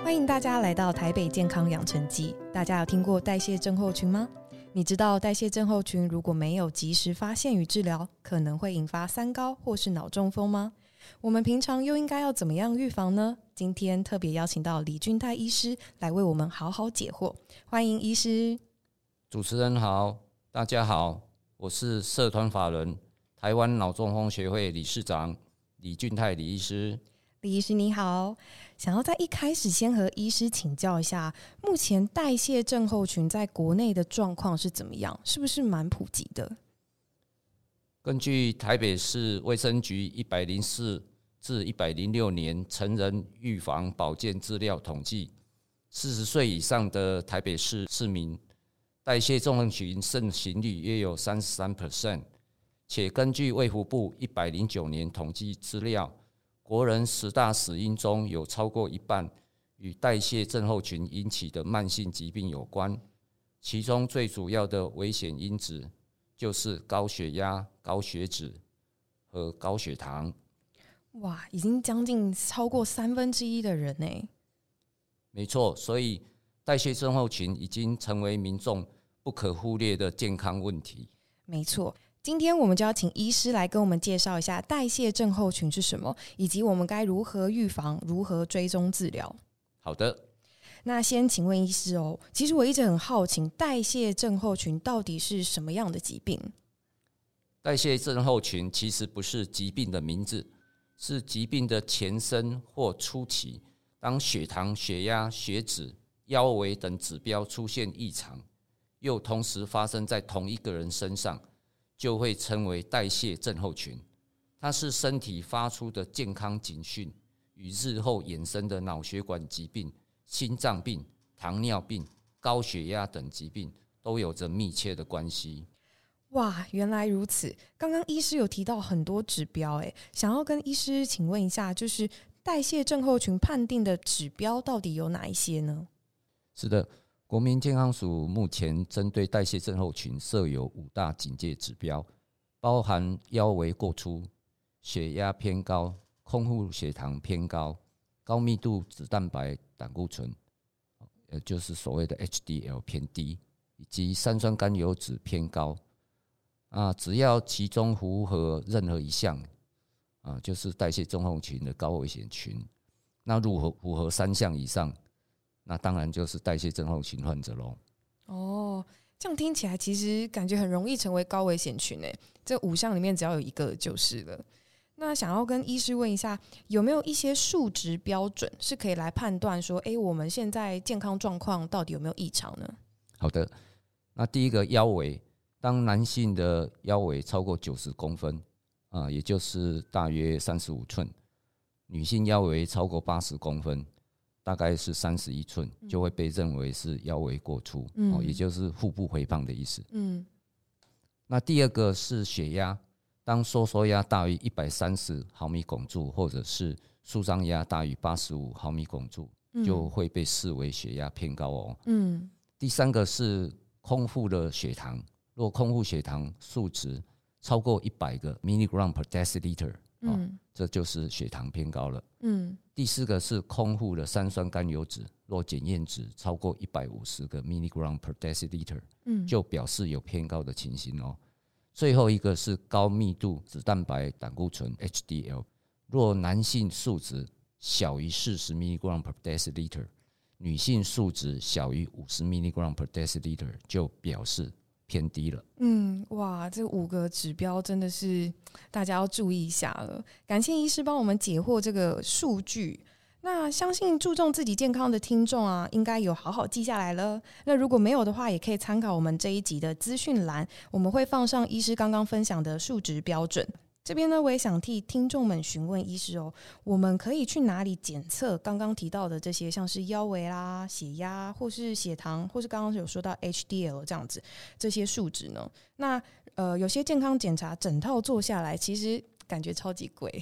欢迎大家来到台北健康养成记。大家有听过代谢症候群吗？你知道代谢症候群如果没有及时发现与治疗，可能会引发三高或是脑中风吗？我们平常又应该要怎么样预防呢？今天特别邀请到李俊泰医师来为我们好好解惑。欢迎医师。 主持人好，大家好，我是社团法人台湾脑中风协会理事长李俊泰李医师。 李医师你好，想要在一开始先和医师请教一下，目前代谢症候群在国内的状况是怎么样？是不是蛮普及的？ 根据台北市卫生局104至106年成人预防保健资料统计，40岁以上的台北市市民代谢症候群盛行率约有 33%， 且根据卫福部109年统计资料，国人10大死因中有超过一半与代谢症候群引起的慢性疾病有关，其中最主要的危险因子就是高血压、高血脂和高血糖。 哇，已经将近超过1/3的人耶。 没错，所以代谢症候群已经成为民众不可忽略的健康问题。 没错，今天我们就要请医师来跟我们介绍一下代谢症候群是什么，以及我们该如何预防、如何追踪治疗。 好的， 那先请问医师哦，其实我一直很好奇，代谢症候群到底是什么样的疾病？ 代谢症候群其实不是疾病的名字，是疾病的前身或初期。当血糖、血压、血脂、腰围等指标出现异常，又同时发生在同一个人身上，就会称为代谢症候群。它是身体发出的健康警讯，与日后衍生的脑血管疾病、心脏病、糖尿病、高血压等疾病都有着密切的关系。 哇，原来如此。刚刚医师有提到很多指标，想要跟医师请问一下，就是代谢症候群判定的指标到底有哪一些呢？ 是的，国民健康署目前针对代谢症候群设有5大警戒指标，包含腰围过粗、血压偏高、空腹血糖偏高、高密度脂蛋白胆固醇，也就是所谓的 HDL 偏低，以及三酸甘油酯偏高。只要其中符合任何一项，就是代谢症候群的高危险群。那如果符合3项以上，那当然就是代谢症候群患者咯。 哦，这样听起来其实感觉很容易成为高危险群，这5项里面只要有一个就是了。那想要跟医师问一下，有没有一些数值标准是可以来判断说，我们现在健康状况到底有没有异常呢？ 好的，那第一个腰围，当男性的腰围超过90公分，也就是大约35寸，女性腰围超过80公分，大概是31寸，就会被认为是腰围过粗，也就是腹部肥胖的意思。那第二个是血压，当收缩压大于130毫米汞柱，或者是舒张压大于85毫米汞柱，就会被视为血压偏高哦。第三个是空腹的血糖，若空腹血糖数值超过100个 milligram per deciliter，这就是血糖偏高了。第四个是空腹的三酸甘油酯，若检验值超过150个 milligram per deciliter，就表示有偏高的情形哦。最后一个是高密度脂蛋白胆固醇 HDL， 若男性数值小于40 milligram per deciliter， 女性数值小于50 milligram per deciliter， 就表示偏低了。 哇，这5个指标真的是大家要注意一下了。感谢医师帮我们解惑这个数据。那相信注重自己健康的听众应该有好好记下来了。那如果没有的话，也可以参考我们这一集的资讯栏，我们会放上医师刚刚分享的数值标准。这边呢，我也想替听众们询问医师我们可以去哪里检测刚刚提到的这些，像是腰围啦、血压，或是血糖，或是刚刚有说到 HDL 这样子这些数值呢？那有些健康检查整套做下来，其实感觉超级贵。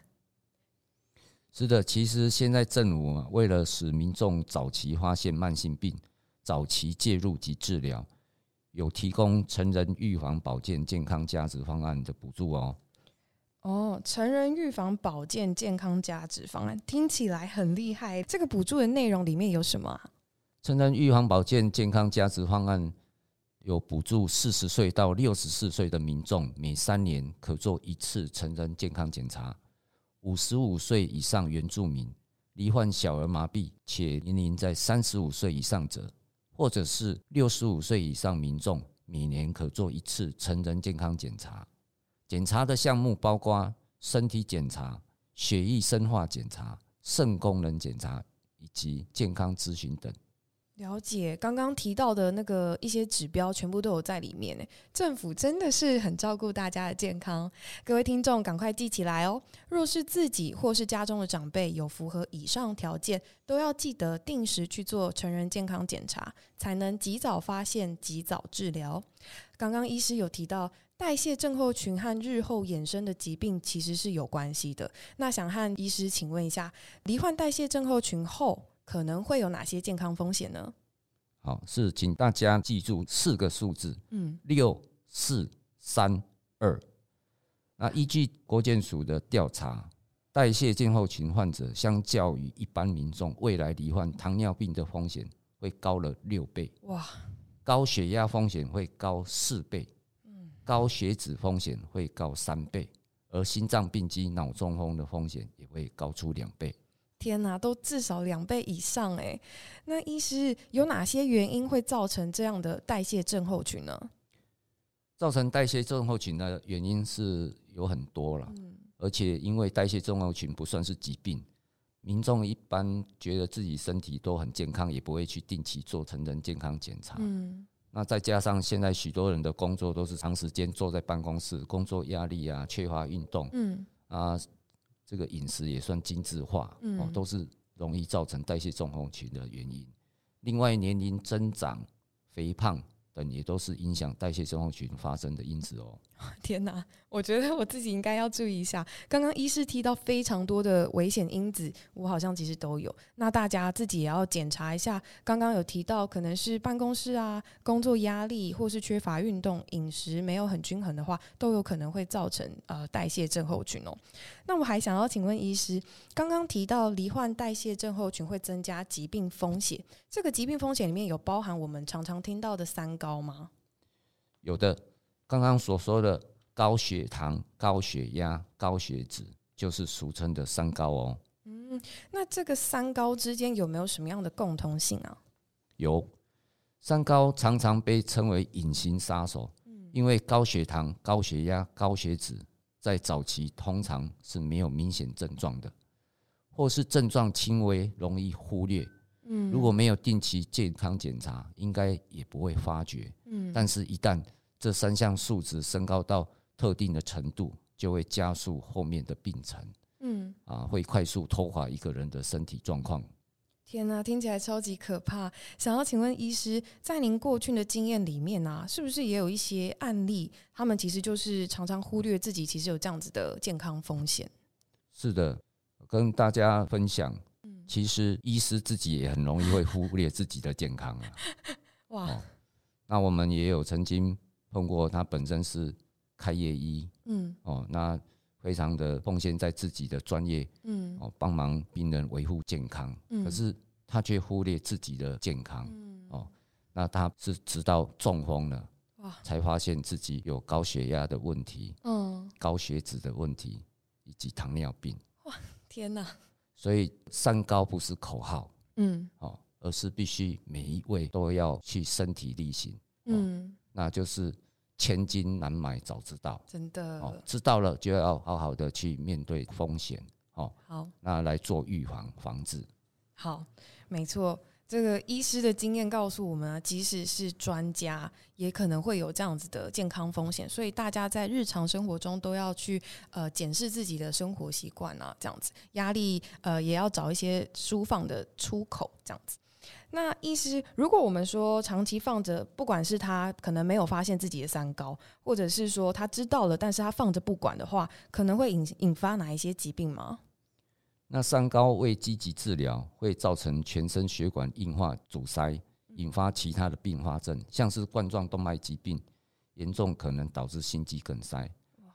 是的，其实现在政府为了使民众早期发现慢性病、早期介入及治疗，有提供成人预防保健健康价值方案的补助哦。 哦，成人预防保健健康加值方案听起来很厉害，这个补助的内容里面有什么啊？ 成人预防保健健康加值方案有补助40岁到64岁的民众，每3年可做1次成人健康检查；55岁以上原住民、罹患小儿麻痹且年龄在35岁以上者，或者是65岁以上民众，每年可做1次成人健康检查。检查的项目包括身体检查、血液生化检查、肾功能检查以及健康咨询等。 了解，刚刚提到的那个一些指标全部都有在里面耶，政府真的是很照顾大家的健康。各位听众赶快记起来哦，若是自己或是家中的长辈有符合以上条件，都要记得定时去做成人健康检查，才能及早发现、及早治疗。刚刚医师有提到代谢症候群和日后衍生的疾病其实是有关系的，那想和医师请问一下，罹患代谢症候群后可能会有哪些健康风险呢？ 好，是请大家记住4个数字，6、4、3、2。那依据国健署的调查，代谢症候群患者相较于一般民众，未来罹患糖尿病的风险会高了6倍， 哇， 高血压风险会高4倍，高血脂风险会高3倍，而心脏病及脑中风的风险也会高出2倍。 天哪，都至少2倍以上哎！那医师有哪些原因会造成这样的代谢症候群呢？ 造成代谢症候群的原因是有很多啦，而且因为代谢症候群不算是疾病，民众一般觉得自己身体都很健康，也不会去定期做成人健康检查。那再加上现在许多人的工作都是长时间坐在办公室，工作压力啊，缺乏运动，这个饮食也算精致化，都是容易造成代谢症候群的原因。另外，年龄增长、肥胖等也都是影响代谢症候群发生的因子哦。 天哪，我觉得我自己应该要注意一下。刚刚医师提到非常多的危险因子，我好像其实都有。那大家自己也要检查一下。刚刚有提到可能是办公室啊、工作压力，或是缺乏运动、饮食没有很均衡的话，都有可能会造成代谢症候群哦。那我还想要请问医师，刚刚提到罹患代谢症候群会增加疾病风险，这个疾病风险里面有包含我们常常听到的3高吗？ 有的。刚刚所说的高血糖、高血压、高血脂，就是俗称的3高哦。 那这个3高之间有没有什么样的共同性啊？ 有，3高常常被称为隐形杀手，因为高血糖、高血压、高血脂在早期通常是没有明显症状的，或是症状轻微，容易忽略。如果没有定期健康检查，应该也不会发觉。但是一旦这3项数值升高到特定的程度，就会加速后面的病程，会快速拖垮一个人的身体状况。 天哪，听起来超级可怕！想要请问医师，在您过去的经验里面啊，是不是也有一些案例，他们其实就是常常忽略自己其实有这样子的健康风险？ 是的，跟大家分享，其实医师自己也很容易会忽略自己的健康啊。哇，那我们也有曾经碰过他本身是开业医，那非常的奉献在自己的专业，帮忙病人维护健康，可是他却忽略自己的健康，那他是直到中风了，才发现自己有高血压的问题，高血脂的问题，以及糖尿病。 哇，天哪！ 所以3高不是口号，而是必须每一位都要去身体力行，那就是千金难买早知道， 真的， 知道了就要好好的去面对风险，好，那来做预防防治。 好，没错，这个医师的经验告诉我们啊，即使是专家，也可能会有这样子的健康风险，所以大家在日常生活中都要去检视自己的生活习惯啊，这样子，压力也要找一些抒放的出口，这样子。那医师，如果我们说长期放着，不管是他可能没有发现自己的3高，或者是说他知道了，但是他放着不管的话，可能会引发哪一些疾病吗？ 那3高未积极治疗，会造成全身血管硬化阻塞，引发其他的并发症，像是冠状动脉疾病，严重可能导致心肌梗塞，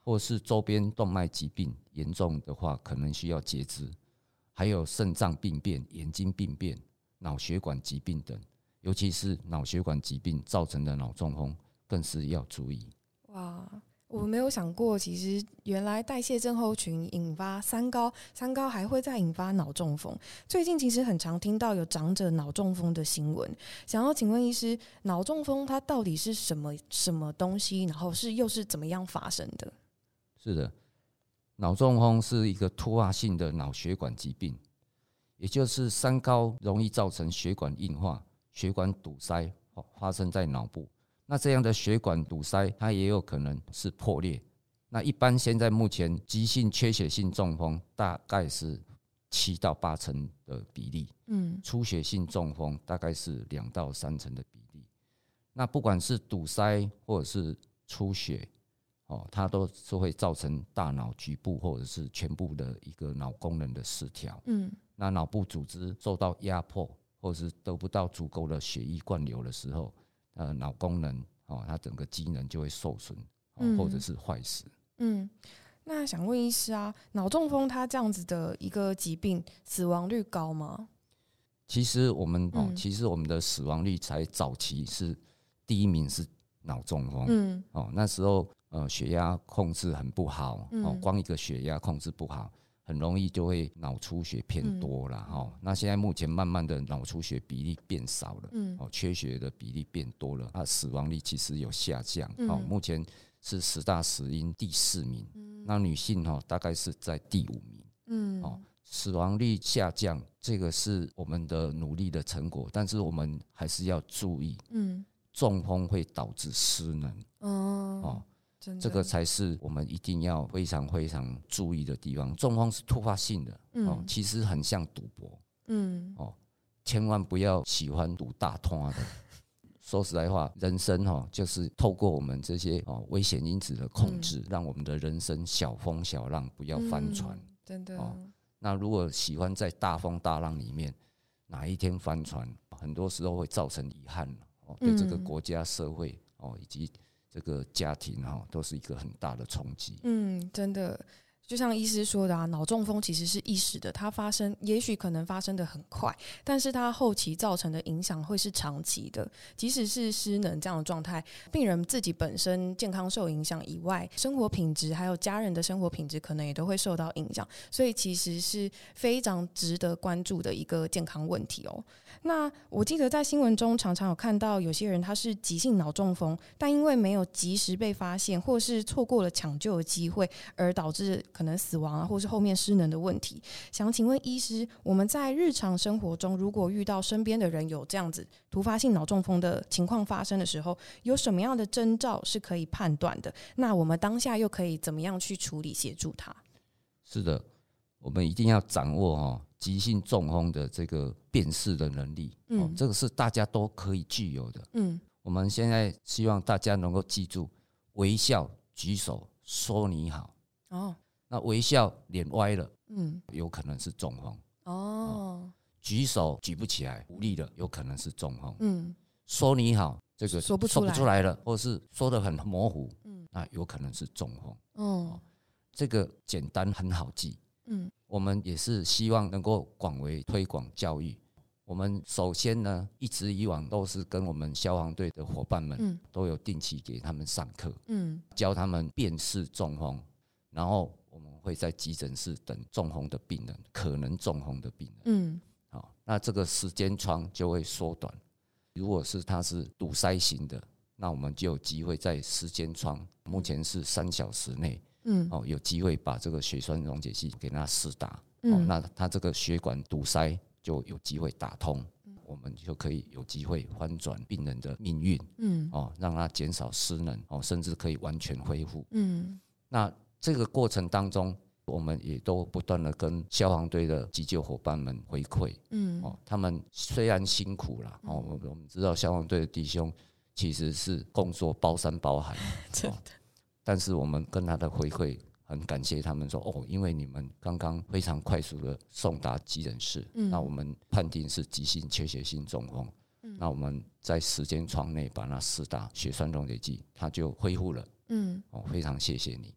或是周边动脉疾病严重的话，可能需要截肢，还有肾脏病变、眼睛病变、脑血管疾病等，尤其是脑血管疾病造成的脑中风，更是要注意。 哇，我没有想过，其实原来代谢症候群引发三高，三高还会再引发脑中风。最近其实很常听到有长者脑中风的新闻，想要请问医师，脑中风它到底是什么东西，然后又是怎么样发生的？ 是的，脑中风是一个突发性的脑血管疾病，也就是三高容易造成血管硬化、血管堵塞发生在脑部。那这样的血管堵塞，它也有可能是破裂。那一般现在目前急性缺血性中风大概是7到8成的比例，出血性中风大概是2到3成的比例。那不管是堵塞或者是出血，它都是会造成大脑局部或者是全部的一个脑功能的失调。那脑部组织受到压迫，或者是得不到足够的血液灌流的时候，脑功能它整个机能就会受损，或者是坏死。 那想问医师啊，脑中风它这样子的一个疾病，死亡率高吗？ 其实我们的死亡率才早期是第1名是脑中风。那时候血压控制很不好，光一个血压控制不好，很容易就会脑出血偏多了。那现在目前慢慢的脑出血比例变少了，缺血的比例变多了，它死亡率其实有下降。目前是10大死因第4名，那女性大概是在第5名。死亡率下降，这个是我们的努力的成果，但是我们还是要注意，中风会导致失能。这个才是我们一定要非常非常注意的地方。中风是突发性的，其实很像赌博，千万不要喜欢赌大摊的。说实在话，人生就是透过我们这些危险因子的控制，让我们的人生小风小浪不要翻船。 真的。 那如果喜欢在大风大浪里面哪一天翻船，很多时候会造成遗憾，对这个国家社会以及这个家庭都是一个很大的冲击。 真的，就像医师说的啊，脑中风其实是一时的，它发生也许可能发生的很快，但是它后期造成的影响会是长期的。即使是失能这样的状态，病人自己本身健康受影响以外，生活品质还有家人的生活品质可能也都会受到影响，所以其实是非常值得关注的一个健康问题哦。那我记得在新闻中常常有看到有些人他是急性脑中风，但因为没有及时被发现，或是错过了抢救的机会，而导致可能死亡或是后面失能的问题。想请问医师，我们在日常生活中，如果遇到身边的人有这样子突发性脑中风的情况发生的时候，有什么样的征兆是可以判断的？那我们当下又可以怎么样去处理协助他？ 是的，我们一定要掌握急性中风的这个辨识的能力，这个是大家都可以具有的。我们现在希望大家能够记住，微笑、举手、说你好。那微笑脸歪了，有可能是中风。举手举不起来，无力了，有可能是中风。说你好，这个说不出来了，或是说得很模糊，那有可能是中风。这个简单很好记。我们也是希望能够广为推广教育。我们首先呢，一直以往都是跟我们消防队的伙伴们都有定期给他们上课，教他们辨识中风，然后我们会在急诊室等中风的病人，可能中风的病人。那这个时间窗就会缩短。如果是他是堵塞型的，那我们就有机会在时间窗，目前是3小时内，有机会把这个血栓溶解剂给他施打，那他这个血管堵塞就有机会打通，我们就可以有机会翻转病人的命运，让他减少失能，甚至可以完全恢复。那这个过程当中，我们也都不断的跟消防队的急救伙伴们回馈，他们虽然辛苦了，我们知道消防队的弟兄其实是工作包山包海，真的。但是我们跟他的回馈很感谢他们说，因为你们刚刚非常快速的送达急诊室，那我们判定是急性缺血性中风，那我们在时间窗内把它施打血栓溶解剂，它就恢复了。非常谢谢你。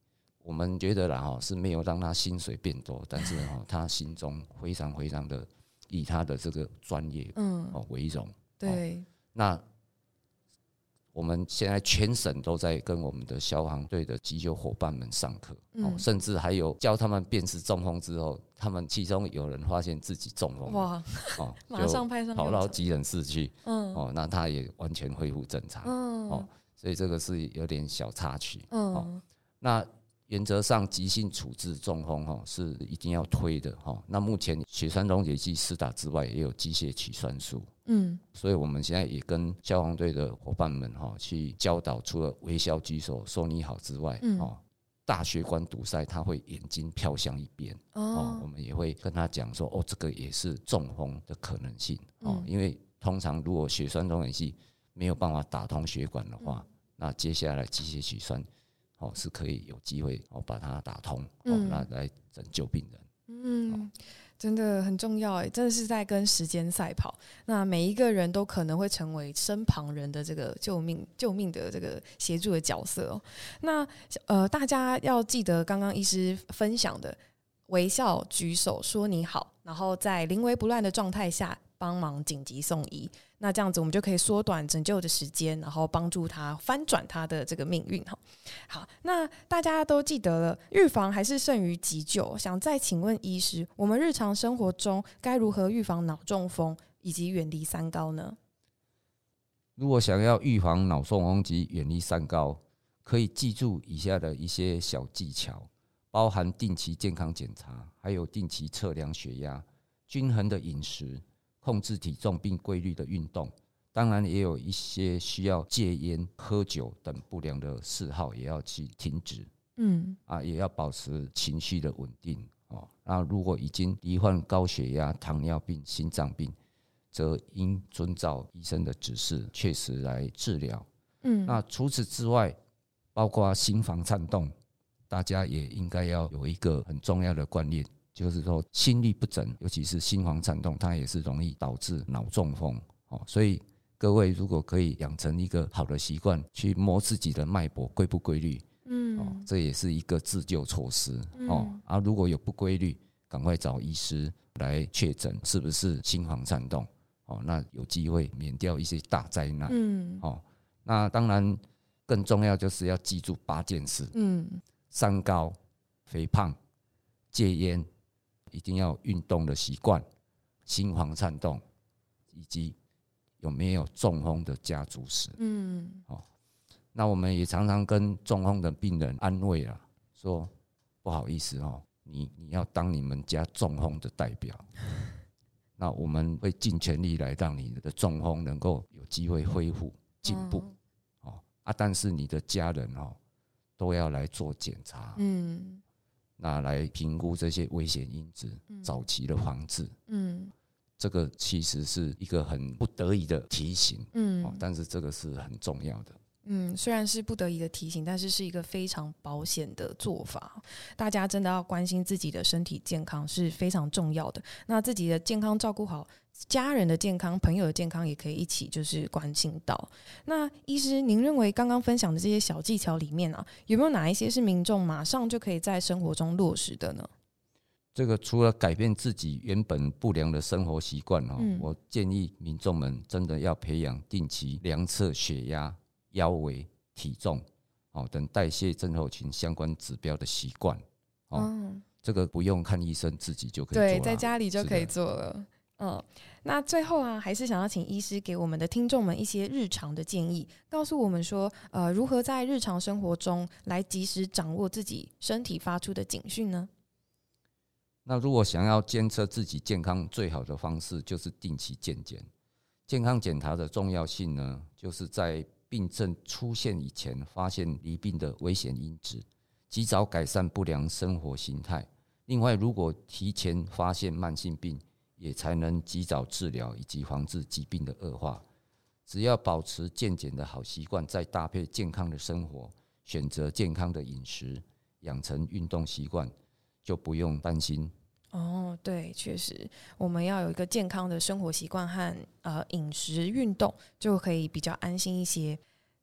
我们觉得啦是没有让他薪水变多，但是他心中非常非常的以他的这个专业为荣。 对， 那我们现在全省都在跟我们的消防队的急救伙伴们上课，甚至还有教他们辨识中风之后，他们其中有人发现自己中风， 哇，马上派上跑到急诊室去，那他也完全恢复正常，所以这个是有点小插曲，那原则上急性处置中风是一定要推的，那目前血栓溶解剂施打之外，也有机械取栓术，所以我们现在也跟消防队的伙伴们去教导，除了微笑举手说你好之外，大血管堵塞他会眼睛飘向一边，我们也会跟他讲说这个也是中风的可能性，因为通常如果血栓溶解剂没有办法打通血管的话，那接下来机械取栓是可以有机会把它打通，那来拯救病人。 真的很重要真的是在跟时间赛跑。那每一个人都可能会成为身旁人的这个救命的这个协助的角色那大家要记得刚刚医师分享的，微笑举手说你好，然后在临危不乱的状态下帮忙紧急送医。那这样子我们就可以缩短拯救的时间，然后帮助他翻转他的这个命运。好，那大家都记得了，预防还是胜于急救。想再请问医师，我们日常生活中该如何预防脑中风以及远离三高呢？ 如果想要预防脑中风及远离三高，可以记住以下的一些小技巧，包含定期健康检查，还有定期测量血压，均衡的饮食，控制体重并规律的运动，当然也有一些需要戒烟、喝酒等不良的嗜好也要去停止，也要保持情绪的稳定。那如果已经罹患高血压、糖尿病、心脏病，则应遵照医生的指示，确实来治疗。那除此之外，包括心房颤动，大家也应该要有一个很重要的观念。就是说心律不整，尤其是心房颤动，它也是容易导致脑中风，所以各位如果可以养成一个好的习惯，去摸自己的脉搏规不规律，这也是一个自救措施，如果有不规律，赶快找医师来确诊是不是心房颤动，那有机会免掉一些大灾难。那当然更重要就是要记住8件事，三高、肥胖、戒烟，一定要运动的习惯，心房颤动，以及有没有中风的家族史。那我们也常常跟中风的病人安慰说不好意思你要当你们家中风的代表，那我们会尽全力来让你的中风能够有机会恢复进步，但是你的家人都要来做检查，那来评估这些危险因子，早期的防治。这个其实是一个很不得已的提醒，但是这个是很重要的。 虽然是不得已的提醒，但是是一个非常保险的做法。大家真的要关心自己的身体健康是非常重要的。那自己的健康照顾好，家人的健康、朋友的健康也可以一起就是关心到。那医师，您认为刚刚分享的这些小技巧里面有没有哪一些是民众马上就可以在生活中落实的呢？ 这个除了改变自己原本不良的生活习惯，我建议民众们真的要培养定期量测血压、腰围、体重等代谢症候群相关指标的习惯。这个不用看医生，自己就可以做了， 对，在家里就可以做了。那最后还是想要请医师给我们的听众们一些日常的建议，告诉我们说如何在日常生活中来及时掌握自己身体发出的警讯呢？ 那如果想要监测自己健康，最好的方式就是定期健检。健康检查的重要性呢，就是在病症出现以前发现罹病的危险因子，及早改善不良生活形态。另外，如果提前发现慢性病，也才能及早治疗以及防治疾病的恶化。只要保持健检的好习惯，再搭配健康的生活，选择健康的饮食，养成运动习惯，就不用担心。 对，确实我们要有一个健康的生活习惯和饮食运动，就可以比较安心一些。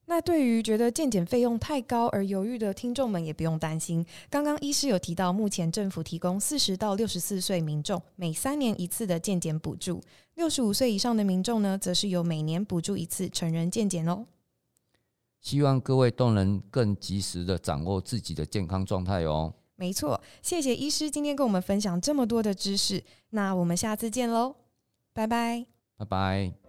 那对于觉得健检费用太高而犹豫的听众们也不用担心，刚刚医师有提到，目前政府提供40到64岁民众每3年一次的健检补助，65岁以上的民众呢，则是有每年补助1次成人健检哦。 希望各位都能更及时的掌握自己的健康状态哦。 没错，谢谢医师今天跟我们分享这么多的知识，那我们下次见喽，拜拜。 拜拜。